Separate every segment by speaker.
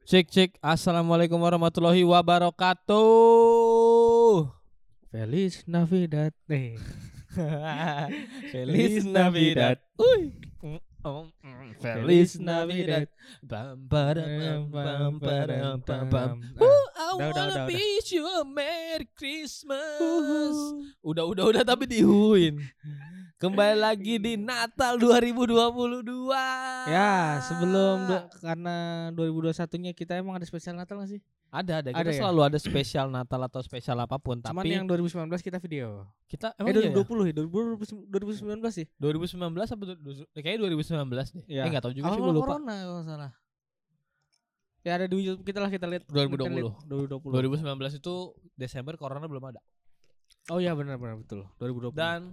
Speaker 1: Cek cek. Assalamualaikum warahmatullahi wabarakatuh.
Speaker 2: Feliz Navidad.
Speaker 1: Feliz Navidad. Uy. Feliz Navidad. Bam badam bam badam bam bam. I wanna wish you a Merry Christmas. Udah tapi dihuin. Kembali lagi di Natal 2022.
Speaker 2: Ya, karena 2021-nya kita emang ada spesial Natal gak sih?
Speaker 1: Ada. Kita
Speaker 2: Ada ya?
Speaker 1: selalu ada spesial Natal atau spesial apapun.
Speaker 2: Cuman
Speaker 1: Tapi
Speaker 2: yang 2019 kita video.
Speaker 1: kita emang
Speaker 2: 2020 ya? 2019 sih?
Speaker 1: 2019 apa kayaknya 2019 deh.
Speaker 2: Ya.
Speaker 1: Enggak tahu juga sih,
Speaker 2: Awal
Speaker 1: gue lupa.
Speaker 2: corona kalau nggak salah. Ya ada di YouTube kita lihat
Speaker 1: 2020. 2019
Speaker 2: 2020.
Speaker 1: itu Desember, corona belum ada.
Speaker 2: Oh iya benar betul. 2020.
Speaker 1: Dan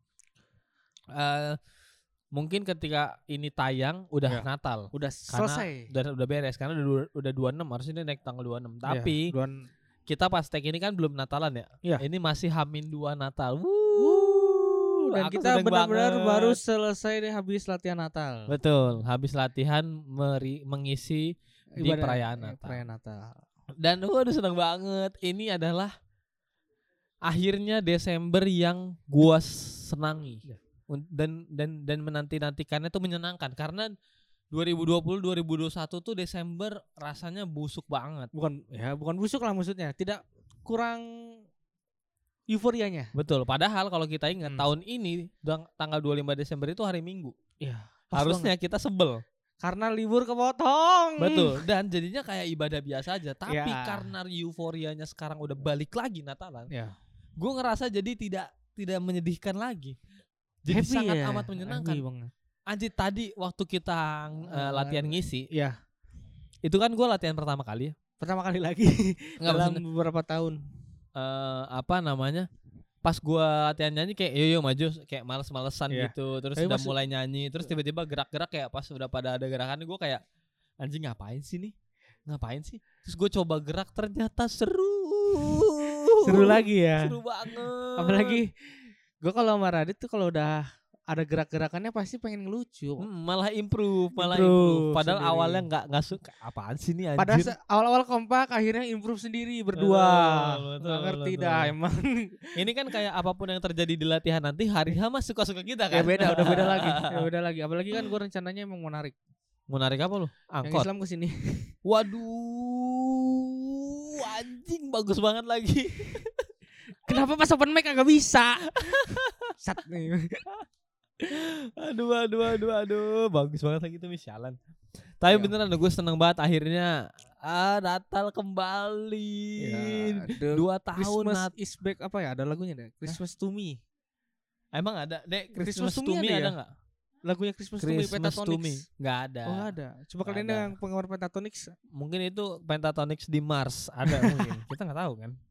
Speaker 1: mungkin ketika ini tayang udah
Speaker 2: Ya.
Speaker 1: Natal.
Speaker 2: udah
Speaker 1: Karena
Speaker 2: selesai.
Speaker 1: udah beres karena udah 26, harusnya ini naik tanggal 26. Tapi
Speaker 2: Ya,
Speaker 1: kita pas tag ini kan belum Natalan ya.
Speaker 2: Iya.
Speaker 1: Ini masih H-2 Natal.
Speaker 2: Dan
Speaker 1: Aku
Speaker 2: kita
Speaker 1: seneng
Speaker 2: benar-benar
Speaker 1: banget.
Speaker 2: baru selesai deh habis latihan Natal.
Speaker 1: Betul, habis latihan mengisi di perayaan Natal.
Speaker 2: Perayaan Natal.
Speaker 1: Dan waduh seneng banget. Ini adalah akhirnya Desember yang gua senangi. Dan menanti-nantikannya tuh menyenangkan karena 2020 2021 tuh Desember rasanya busuk banget.
Speaker 2: Bukan busuk lah maksudnya. Tidak kurang euforianya.
Speaker 1: Betul. Padahal kalau kita ingat tahun ini tanggal 25 Desember itu hari Minggu.
Speaker 2: Iya.
Speaker 1: Harusnya kita sebel.
Speaker 2: Karena libur kepotong.
Speaker 1: Betul. Dan jadinya kayak ibadah biasa aja. Tapi
Speaker 2: Ya.
Speaker 1: karena euforianya sekarang udah balik lagi Natalan.
Speaker 2: Ya.
Speaker 1: Gue ngerasa jadi tidak menyedihkan lagi. Jadi
Speaker 2: Happy
Speaker 1: sangat
Speaker 2: ya.
Speaker 1: amat menyenangkan.
Speaker 2: Happy banget.
Speaker 1: Anjir, tadi waktu kita latihan ngisi,
Speaker 2: Iya.
Speaker 1: itu kan gue latihan pertama kali ya.
Speaker 2: Pertama kali lagi
Speaker 1: Nggak,
Speaker 2: dalam
Speaker 1: maksudnya,
Speaker 2: beberapa tahun.
Speaker 1: pas gue latihan nyanyi kayak yo maju kayak males-malesan
Speaker 2: Iya.
Speaker 1: gitu. Terus
Speaker 2: Tapi
Speaker 1: udah mulai nyanyi, terus tiba-tiba gerak-gerak kayak pas udah pada ada gerakan gue kayak anjing ngapain sih nih? Ngapain sih? Terus gue coba gerak ternyata seru.
Speaker 2: Seru lagi ya.
Speaker 1: Seru banget.
Speaker 2: Apalagi gue kalau sama Radit tuh kalau udah ada gerak-gerakannya pasti pengen ngelucu.
Speaker 1: Malah improve.
Speaker 2: Improve
Speaker 1: Padahal
Speaker 2: sendiri.
Speaker 1: awalnya nggak suka. Apaan sih nih anjir?
Speaker 2: Pada awal-awal kompak akhirnya improve sendiri berdua.
Speaker 1: Betul,
Speaker 2: Nggak ngerti
Speaker 1: betul.
Speaker 2: dah emang.
Speaker 1: Ini kan kayak apapun yang terjadi di latihan nanti hari H mah suka-suka kita kan.
Speaker 2: Udah beda lagi. Apalagi kan gue rencananya emang mau narik
Speaker 1: Mau narik apa lu?
Speaker 2: yang
Speaker 1: Angkot.
Speaker 2: Islam ke sini.
Speaker 1: Waduh, anjing bagus banget lagi.
Speaker 2: Kenapa pas open mic agak bisa? Sat nih.
Speaker 1: Aduh, bagus banget lagi tuh misyalan. Tapi
Speaker 2: Ya.
Speaker 1: beneran gue seneng banget akhirnya Natal kembali.
Speaker 2: Ya,
Speaker 1: 2 tahun
Speaker 2: Christmas is back apa ya? Ada lagunya deh. Christmas to me.
Speaker 1: Emang ada, Dek?
Speaker 2: Christmas
Speaker 1: Christmas
Speaker 2: to
Speaker 1: to
Speaker 2: me
Speaker 1: me
Speaker 2: ada
Speaker 1: ada
Speaker 2: ya?
Speaker 1: enggak?
Speaker 2: Lagunya Christmas to me
Speaker 1: Christmas to me.
Speaker 2: Pentatonix.
Speaker 1: Enggak ada.
Speaker 2: Oh ada. Coba kalian
Speaker 1: Ada.
Speaker 2: yang penggemar Pentatonix.
Speaker 1: Mungkin itu Pentatonix di Mars ada mungkin. Kita nggak tahu kan.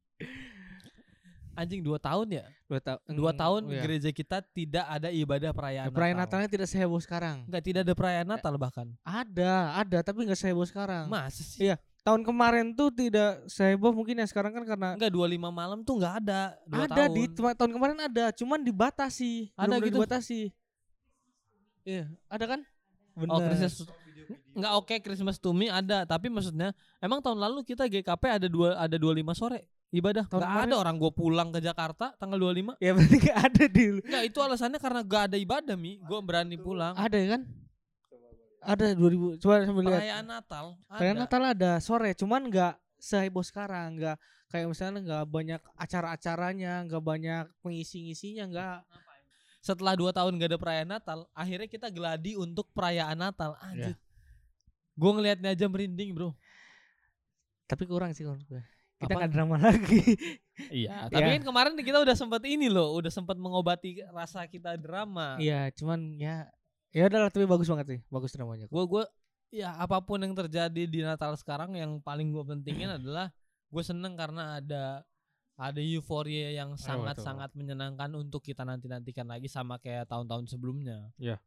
Speaker 1: Anjing 2 tahun ya? 2 tahun
Speaker 2: iya.
Speaker 1: gereja kita tidak ada ibadah perayaan
Speaker 2: Perayaan
Speaker 1: Natal.
Speaker 2: Natalnya tidak seheboh sekarang.
Speaker 1: Enggak, tidak ada perayaan Natal bahkan.
Speaker 2: Ada tapi nggak seheboh sekarang.
Speaker 1: Masa sih?
Speaker 2: Iya. Tahun kemarin tuh tidak seheboh mungkin ya sekarang kan karena
Speaker 1: Enggak, 25 malam tuh enggak ada. 2
Speaker 2: ada
Speaker 1: tahun.
Speaker 2: di tahun kemarin ada, cuman dibatasi.
Speaker 1: Ada
Speaker 2: Bener-bener
Speaker 1: gitu?
Speaker 2: dibatasi. Iya, ada kan? Bener.
Speaker 1: Oh, Christmas. Enggak, oke, Christmas to me ada, tapi maksudnya emang tahun lalu kita GKP ada 25 sore ibadah.
Speaker 2: Tahun
Speaker 1: Enggak ada,
Speaker 2: kemarin-
Speaker 1: orang gue pulang ke Jakarta tanggal 25.
Speaker 2: Ya berarti nggak ada di.
Speaker 1: Enggak, itu alasannya karena gak ada ibadah, Mi. Gue berani pulang.
Speaker 2: Ada kan? Ada 2000. Coba sambil lihat.
Speaker 1: Perayaan Natal ada.
Speaker 2: Perayaan Natal ada sore, cuman nggak seheboh sekarang, nggak kayak misalnya nggak banyak acara-acaranya, nggak banyak pengisi-ngisinya, nggak.
Speaker 1: Setelah 2 tahun gak ada perayaan Natal, akhirnya kita geladi untuk perayaan Natal. Anjir. Gue ngelihatnya aja merinding, bro.
Speaker 2: Tapi kurang sih menurut gue. Kita
Speaker 1: Apa?
Speaker 2: nggak drama lagi.
Speaker 1: Iya, tapi
Speaker 2: Ya.
Speaker 1: kan kemarin kita udah sempat ini loh, udah sempat mengobati rasa kita drama.
Speaker 2: Iya, cuman ya udahlah, tapi bagus banget sih, bagus dramanya.
Speaker 1: Gue ya apapun yang terjadi di Natal sekarang yang paling gue pentingin adalah gue seneng karena ada euforia yang sangat-sangat menyenangkan untuk kita nantikan lagi sama kayak tahun-tahun sebelumnya.
Speaker 2: Iya.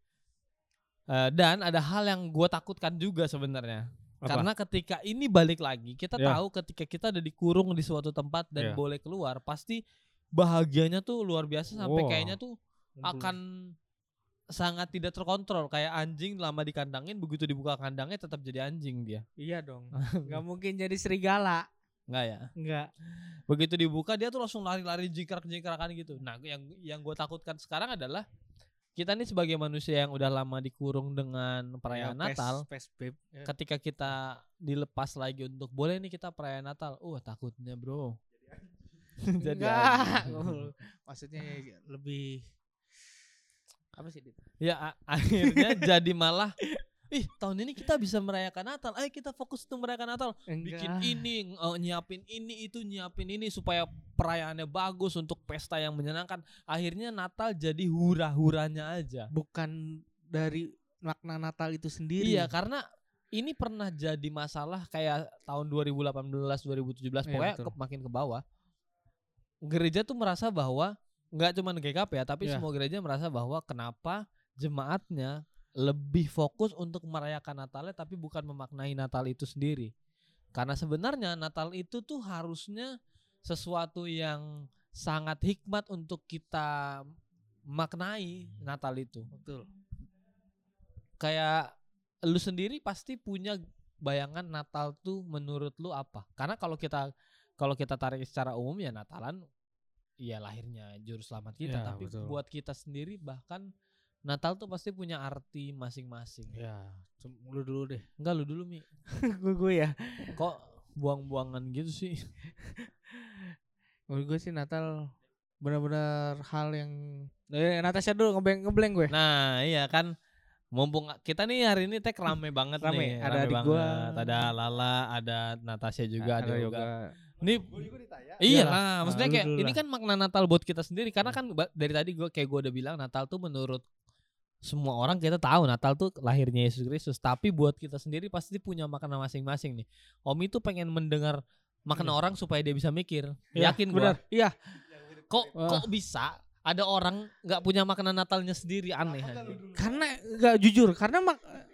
Speaker 1: Dan ada hal yang gue takutkan juga sebenarnya.
Speaker 2: Apa?
Speaker 1: Karena ketika ini balik lagi, kita
Speaker 2: Ya.
Speaker 1: tahu ketika kita ada dikurung di suatu tempat dan
Speaker 2: Ya.
Speaker 1: boleh keluar, pasti bahagianya tuh luar biasa sampai
Speaker 2: Wow.
Speaker 1: kayaknya tuh akan sangat tidak terkontrol, kayak anjing lama dikandangin, begitu dibuka kandangnya tetap jadi anjing dia.
Speaker 2: Iya dong. Nggak mungkin jadi serigala.
Speaker 1: Enggak ya?
Speaker 2: Enggak.
Speaker 1: Begitu dibuka dia tuh langsung lari-lari jingkrak-jingkrakan gitu. Nah, yang gue takutkan sekarang adalah kita nih sebagai manusia yang udah lama dikurung dengan perayaan Natal, ketika kita dilepas lagi untuk boleh nih kita perayaan Natal, takutnya bro. Jadi
Speaker 2: maksudnya lebih apa sih Dit?
Speaker 1: Ya akhirnya jadi malah tahun ini kita bisa merayakan Natal. Ayo kita fokus untuk merayakan Natal. Bikin ini, nyiapin ini supaya perayaannya bagus untuk pesta yang menyenangkan. Akhirnya Natal jadi hura-huranya aja.
Speaker 2: Bukan dari makna Natal itu sendiri.
Speaker 1: Iya, karena ini pernah jadi masalah kayak tahun 2018, 2017 pokoknya makin ke bawah. Gereja tuh merasa bahwa nggak cuma GKP ya, tapi semua gereja merasa bahwa kenapa jemaatnya lebih fokus untuk merayakan Natalnya tapi bukan memaknai Natal itu sendiri. Karena sebenarnya Natal itu tuh harusnya sesuatu yang sangat hikmat untuk kita maknai Natal itu.
Speaker 2: Betul.
Speaker 1: Kayak lu sendiri pasti punya bayangan Natal tuh menurut lu apa? Karena kalau kita tarik secara umum ya Natalan ya lahirnya juru selamat kita, tapi buat kita sendiri bahkan Natal tuh pasti punya arti masing-masing.
Speaker 2: Ya, lu dulu deh.
Speaker 1: Enggak, lu dulu Mi.
Speaker 2: gue ya.
Speaker 1: Kok buang-buangan gitu sih?
Speaker 2: Menurut gue sih Natal benar-benar hal yang Natasha dulu ngeblank gue.
Speaker 1: Nah iya kan, mumpung kita nih hari ini tag rame banget nih.
Speaker 2: Ada adik gue,
Speaker 1: ada Lala, ada Natasha juga, ada Yoga. Ini
Speaker 2: iya
Speaker 1: lah, maksudnya kayak ini kan makna Natal buat kita sendiri. Karena kan dari tadi gue udah bilang Natal tuh menurut semua orang kita tahu Natal tuh lahirnya Yesus Kristus, tapi buat kita sendiri pasti punya makna masing-masing nih. Omi tuh pengen mendengar makna orang supaya dia bisa mikir. Yakin gue.
Speaker 2: Iya.
Speaker 1: Kok bisa ada orang nggak punya makna Natalnya sendiri, aneh.
Speaker 2: Karena nggak jujur, karena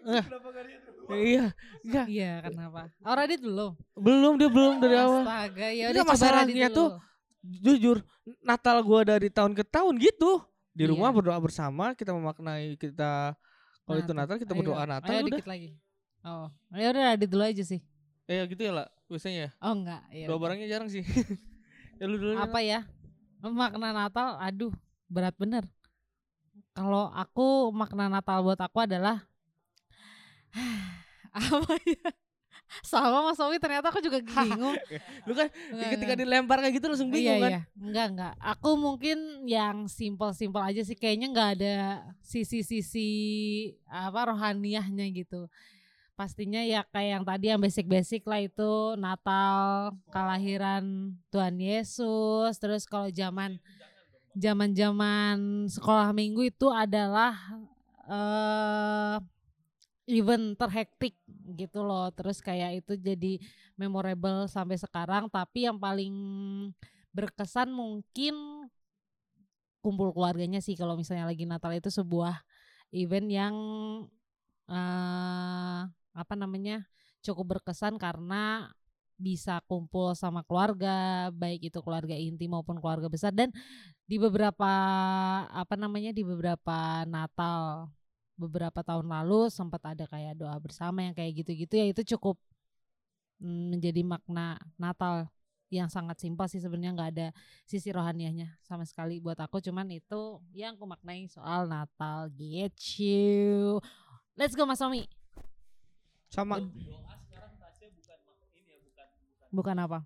Speaker 3: Iya, kenapa? Radit belum
Speaker 2: dia belum dari awal.
Speaker 3: Astaga, ya
Speaker 2: udah masalahnya tuh jujur Natal gue dari tahun ke tahun gitu. Di rumah berdoa bersama, kita memaknai kita kalau itu Natal kita berdoa Natal
Speaker 3: udah.
Speaker 2: Dikit
Speaker 3: lagi. Oh, ya udah Radit dulu aja sih.
Speaker 2: Gitu ya lah biasanya.
Speaker 3: Oh enggak, ya.
Speaker 2: Doa barengnya jarang sih. Ya lu dulu.
Speaker 3: Apa ya? Makna Natal, aduh, berat bener. Kalau aku makna Natal buat aku adalah apa ya? Sama Mas Owi ternyata aku juga bingung.
Speaker 2: Lu kan ketika dilempar kayak gitu langsung bingung kan?
Speaker 3: Iya. Enggak. Aku mungkin yang simpel-simpel aja sih, kayaknya enggak ada sisi-sisi rohaniahnya gitu. Pastinya ya kayak yang tadi yang basic-basic lah itu Natal, kelahiran Tuhan Yesus. Terus kalau zaman sekolah minggu itu adalah event terhektik gitu loh. Terus kayak itu jadi memorable sampai sekarang. Tapi yang paling berkesan mungkin kumpul keluarganya sih. Kalau misalnya lagi Natal itu sebuah event yang cukup berkesan karena bisa kumpul sama keluarga, baik itu keluarga inti maupun keluarga besar. Dan di beberapa Natal beberapa tahun lalu sempat ada kayak doa bersama yang kayak gitu-gitu ya, itu cukup menjadi makna Natal yang sangat simpel sih sebenarnya, nggak ada sisi rohaniahnya sama sekali buat aku, cuman itu yang aku maknai soal Natal gitu. Let's go Mas Omi.
Speaker 2: Sama.
Speaker 1: Doa sekarang tasnya
Speaker 3: bukan apa?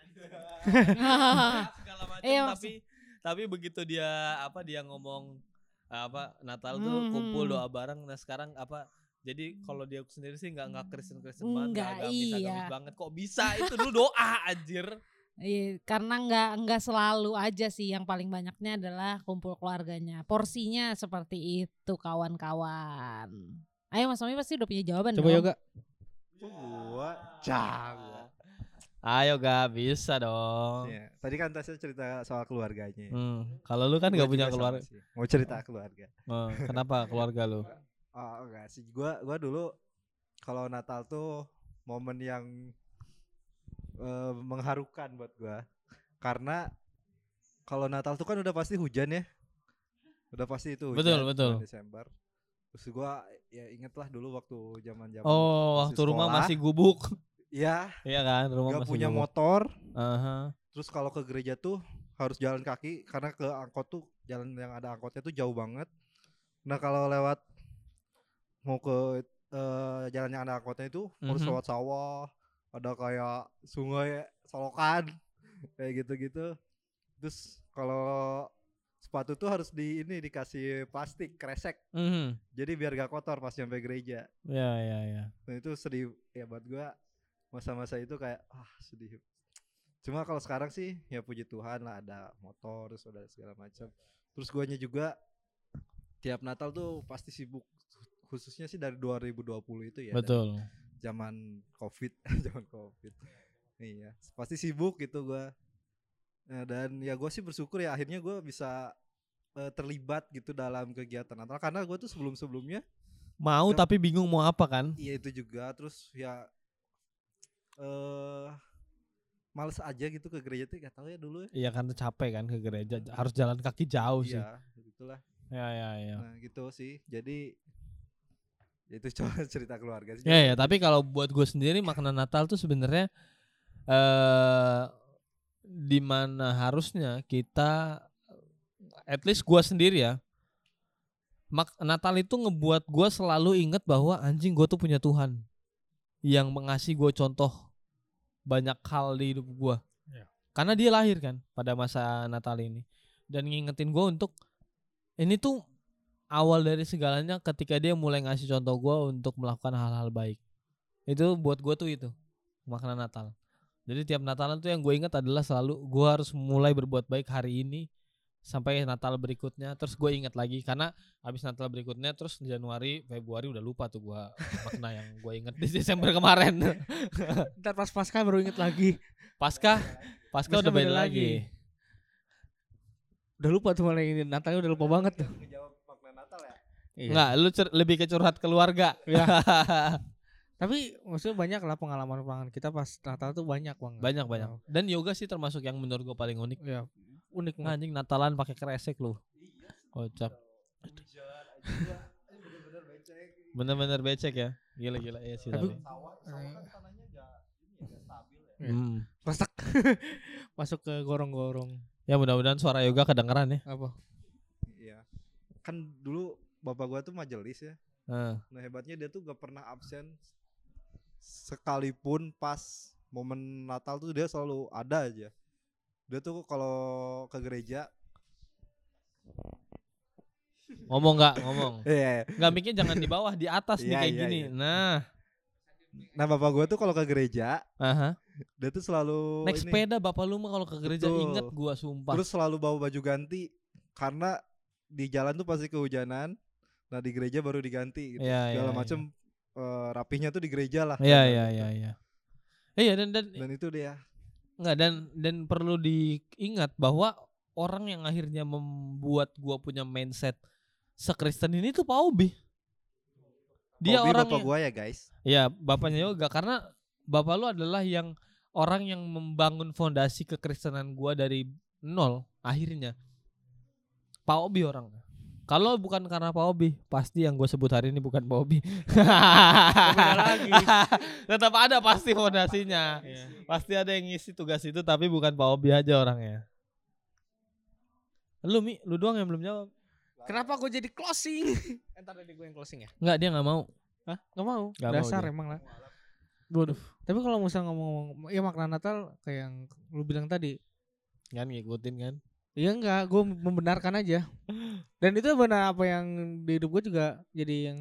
Speaker 1: Segala macam, tapi begitu dia ngomong Natal tuh kumpul doa bareng. Nah sekarang jadi kalau dia sendiri sih nggak Kristen banget, nggak agamis banget. Kok bisa itu dulu doa anjir?
Speaker 3: Iya, karena nggak selalu aja sih, yang paling banyaknya adalah kumpul keluarganya. Porsinya seperti itu kawan-kawan. Ayo Mas Omi pasti udah punya jawaban.
Speaker 2: Coba Yoga.
Speaker 4: Gua jago.
Speaker 1: Ayo gak bisa dong.
Speaker 4: Ya, tadi kan Tasya cerita soal keluarganya.
Speaker 1: Kalau lu kan nggak punya keluarga.
Speaker 4: Mau cerita keluarga.
Speaker 1: Kenapa keluarga lu?
Speaker 4: Enggak sih. Gua dulu kalau Natal tuh momen yang mengharukan buat gua. Karena kalau Natal tuh kan udah pasti hujan ya. Udah pasti itu hujan.
Speaker 1: Betul.
Speaker 4: Desember. Terus gua ya inget lah dulu waktu zaman-zaman
Speaker 1: Oh,
Speaker 4: masih
Speaker 1: waktu rumah
Speaker 4: sekolah.
Speaker 1: masih gubuk.
Speaker 4: Iya,
Speaker 1: Iya kan, rumah
Speaker 4: gak
Speaker 1: masih
Speaker 4: punya
Speaker 1: gubuk.
Speaker 4: motor.
Speaker 1: Aha.
Speaker 4: Terus kalau ke gereja tuh harus jalan kaki karena ke angkot tuh jalan yang ada angkotnya tuh jauh banget. Nah kalau lewat mau ke jalan yang ada angkotnya itu harus lewat sawah, ada kayak sungai, solokan, kayak gitu-gitu. Terus kalau sepatu tuh harus dikasih plastik kresek,
Speaker 1: Mhm.
Speaker 4: jadi biar gak kotor pas nyampe gereja.
Speaker 1: Ya.
Speaker 4: Nah itu sedih ya buat gua, masa-masa itu kayak sedih. Cuma kalau sekarang sih ya puji Tuhan lah ada motor, terus ada segala macam. Terus guanya juga tiap Natal tuh pasti sibuk, khususnya sih dari 2020 itu ya.
Speaker 1: Betul.
Speaker 4: Zaman Covid, zaman Covid. Iya, pasti sibuk gitu gua. Nah, dan ya gua sih bersyukur ya akhirnya gua bisa terlibat gitu dalam kegiatan Natal karena gua tuh sebelum-sebelumnya
Speaker 1: Mau tapi bingung mau apa kan?
Speaker 4: iya itu juga, terus ya males aja gitu ke gereja tuh, gak tahu ya dulu ya.
Speaker 1: Iya karena capek kan ke gereja, harus jalan kaki jauh sih.
Speaker 4: Iya, gitulah.
Speaker 1: Ya.
Speaker 4: Nah, gitu sih. Jadi itu cuma cerita keluarga sih.
Speaker 1: Ya, tapi kalau buat gue sendiri makna Natal tuh sebenarnya di mana harusnya kita, at least gue sendiri ya, Natal itu ngebuat gue selalu inget bahwa anjing gue tuh punya Tuhan yang mengasih gue contoh banyak hal di hidup gue.
Speaker 2: Ya.
Speaker 1: Karena dia lahir kan pada masa Natal ini dan ngingetin gue untuk ini tuh awal dari segalanya ketika dia mulai ngasih contoh gue untuk melakukan hal-hal baik. Itu buat gue tuh itu makna Natal. Jadi tiap Natalan tuh yang gue ingat adalah selalu gue harus mulai berbuat baik hari ini sampai Natal berikutnya. Terus gue ingat lagi karena habis Natal berikutnya terus Januari, Februari udah lupa tuh gue makna yang gue ingat di Desember kemarin.
Speaker 2: Ntar pas Paskah baru inget lagi.
Speaker 1: Paskah udah beda lagi.
Speaker 2: Udah lupa tuh malah ini Natalnya udah lupa banget tuh.
Speaker 4: Ngejawab makna Natal ya.
Speaker 2: Iya.
Speaker 1: Enggak, lu lebih ke curhat keluarga.
Speaker 2: Ya. Tapi maksudnya banyak lah pengalaman kita pas Natal tuh banyak banget.
Speaker 1: Banyak. Dan yoga sih termasuk yang menurut gue paling unik.
Speaker 2: Ya, unik banget.
Speaker 1: Anjing Natalan pakai kresek lu. Kocak. Bener-bener becek ya. Gila ya sih
Speaker 2: Tapi-
Speaker 1: tapi.
Speaker 4: Sawah kan tanahnya enggak stabil ya.
Speaker 2: Iya. Resek. Masuk ke gorong-gorong.
Speaker 1: Ya mudah-mudahan suara yoga kedengeran ya.
Speaker 2: Apa?
Speaker 4: Iya. Kan dulu bapak gua tuh majelis ya.
Speaker 1: Nah,
Speaker 4: Nah, hebatnya dia tuh gak pernah absen sekalipun pas momen Natal tuh dia selalu ada aja. Dia tuh kalau ke gereja
Speaker 1: ngomong.
Speaker 4: iya.
Speaker 1: Enggak mikir jangan di bawah, di atas nih
Speaker 4: Iya,
Speaker 1: kayak
Speaker 4: iya,
Speaker 1: gini.
Speaker 4: iya.
Speaker 1: Nah,
Speaker 4: Bapak gua tuh kalau ke gereja dia tuh selalu
Speaker 1: naik sepeda bapak lu mah kalau ke gereja
Speaker 4: Betul.
Speaker 1: inget gua sumpah.
Speaker 4: terus selalu bawa baju ganti karena di jalan tuh pasti kehujanan. Nah, di gereja baru diganti gitu.
Speaker 1: Iya,
Speaker 4: Segala
Speaker 1: iya,
Speaker 4: macem rapihnya tuh di gereja lah.
Speaker 1: Iya. Iya
Speaker 4: Dan itu dia.
Speaker 1: enggak dan perlu diingat bahwa orang yang akhirnya membuat gua punya mindset sekristen ini tuh Pak Obi. Dia
Speaker 4: Hobi
Speaker 1: orang
Speaker 4: bapak
Speaker 1: yang,
Speaker 4: gua ya guys.
Speaker 1: ya bapaknya yoga karena bapak lu adalah yang orang yang membangun fondasi kekristenan gua dari nol akhirnya. Pak Obi orangnya. Kalau bukan karena Pak Obi, pasti yang gue sebut hari ini bukan Pak Obi.
Speaker 2: Beda lagi.
Speaker 1: Tetap ada pasti fondasinya.
Speaker 2: Iya.
Speaker 1: Pasti ada yang ngisi tugas itu tapi bukan Pak Obi aja orangnya. Lu doang yang belum jawab.
Speaker 2: Kenapa gue jadi closing? Entar tadi gue yang closing ya?
Speaker 1: Enggak, dia enggak mau.
Speaker 2: Hah? Gak mau.
Speaker 1: Nggak mau
Speaker 2: Dasar
Speaker 1: dia.
Speaker 2: emang lah. Waduh. Tapi kalau misalnya ngomong ya makna Natal kayak yang lu bilang tadi.
Speaker 1: Kan ngikutin kan.
Speaker 2: Iya enggak, gue membenarkan aja. Dan itu benar apa yang di hidup gue juga jadi yang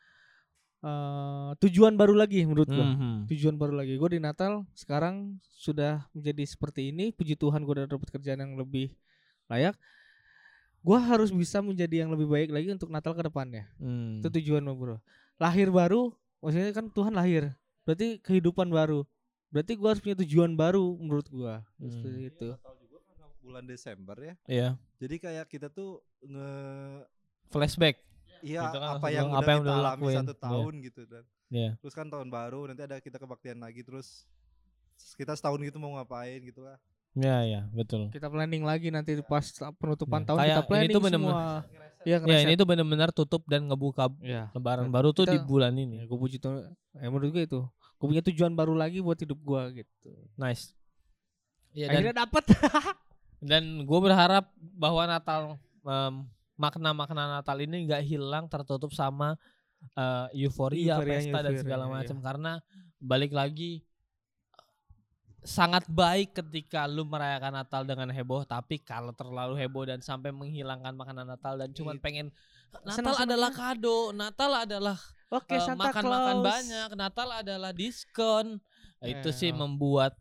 Speaker 2: tujuan baru lagi menurut gue. Tujuan baru lagi. Gue di Natal sekarang sudah menjadi seperti ini. Puji Tuhan gue udah dapat kerjaan yang lebih layak. Gue harus bisa menjadi yang lebih baik lagi untuk Natal ke depannya. Itu tujuan bro. Lahir baru, maksudnya kan Tuhan lahir. Berarti kehidupan baru. Berarti gue harus punya tujuan baru menurut gue. Seperti itu.
Speaker 4: Natal juga karena bulan Desember ya.
Speaker 1: Iya.
Speaker 4: Jadi kayak kita tuh
Speaker 1: Flashback.
Speaker 4: iya
Speaker 1: Gitu kan,
Speaker 4: apa
Speaker 1: maksud
Speaker 4: yang
Speaker 1: gua,
Speaker 4: udah
Speaker 1: apa yang
Speaker 4: kita
Speaker 1: udah
Speaker 4: alami
Speaker 1: lakuin.
Speaker 4: 1 tahun gitu dan
Speaker 1: Iya.
Speaker 4: terus kan tahun baru nanti ada kita kebaktian lagi terus kita setahun gitu mau ngapain gitu lah.
Speaker 1: Ya, betul.
Speaker 2: Kita planning lagi nanti pas penutupan
Speaker 1: Ya,
Speaker 2: tahun
Speaker 1: kayak
Speaker 2: kita planning
Speaker 1: ini tuh bener-bener-
Speaker 2: semua. Ya,
Speaker 1: Ya, ini tuh benar-benar tutup dan ngebuka
Speaker 2: ya.
Speaker 1: lembaran baru tuh di
Speaker 2: Kita-
Speaker 1: bulan
Speaker 2: Ya,
Speaker 1: ini.
Speaker 2: gue puji Tuhan. Menurut gue itu, gue punya tujuan baru lagi buat hidup gue gitu.
Speaker 1: Nice. Ya,
Speaker 2: Akhirnya dapet.
Speaker 1: dan gue berharap bahwa Natal makna-makna Natal ini nggak hilang tertutup sama euforia, pesta dan segala macam karena balik lagi sangat baik ketika lu merayakan Natal dengan heboh, tapi kalau terlalu heboh dan sampai menghilangkan makanan Natal dan cuman pengen Natal
Speaker 2: Senang-senang
Speaker 1: adalah kado, Natal adalah
Speaker 2: Oke, Santa
Speaker 1: makan-makan
Speaker 2: Claus.
Speaker 1: banyak, Natal adalah diskon. Itu sih
Speaker 2: Oh.
Speaker 1: membuat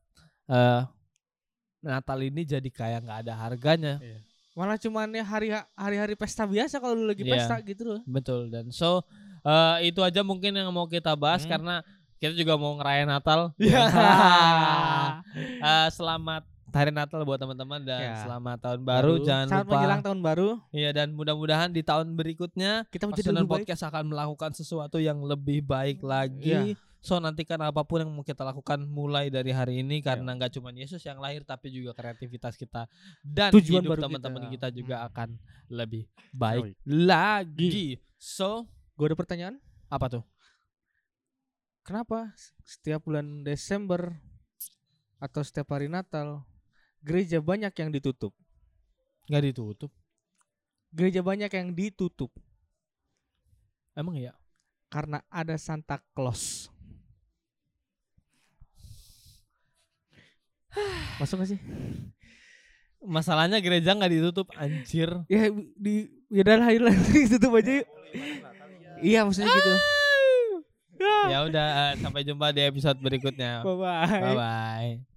Speaker 1: Natal ini jadi kayak nggak ada harganya.
Speaker 2: Malah cuman ya hari-hari pesta biasa kalau lu lagi
Speaker 1: Iya.
Speaker 2: pesta gitu loh.
Speaker 1: Betul, dan so itu aja mungkin yang mau kita bahas karena kita juga mau ngerayain Natal.
Speaker 2: Iya.
Speaker 1: Selamat Hari Natal buat teman-teman dan
Speaker 2: Ya.
Speaker 1: selamat tahun baru. Jangan
Speaker 2: Saat
Speaker 1: lupa.
Speaker 2: menjelang tahun baru
Speaker 1: Iya, dan mudah-mudahan di tahun berikutnya
Speaker 2: kita menjadi
Speaker 1: Pasundan
Speaker 2: lebih baik.
Speaker 1: Podcast akan melakukan sesuatu yang lebih baik lagi.
Speaker 2: Iya.
Speaker 1: So nantikan apapun yang mau kita lakukan mulai dari hari ini karena nggak cuma Yesus yang lahir tapi juga kreativitas kita dan
Speaker 2: Tujuan
Speaker 1: hidup
Speaker 2: baru
Speaker 1: teman-teman
Speaker 2: kita.
Speaker 1: kita juga akan lebih baik lagi. So,
Speaker 2: Gue ada pertanyaan.
Speaker 1: apa tuh?
Speaker 2: Kenapa setiap bulan Desember atau setiap hari Natal gereja banyak yang ditutup?
Speaker 1: Nggak ditutup.
Speaker 2: Gereja banyak yang ditutup
Speaker 1: Emang ya?
Speaker 2: karena ada Santa Claus. Masuk gak sih?
Speaker 1: Masalahnya gereja nggak ditutup, anjir.
Speaker 2: Ya udah lah ditutup aja yuk. Iya maksudnya gitu.
Speaker 1: Ya udah, sampai jumpa di episode berikutnya.
Speaker 2: Bye bye.
Speaker 1: Bye bye.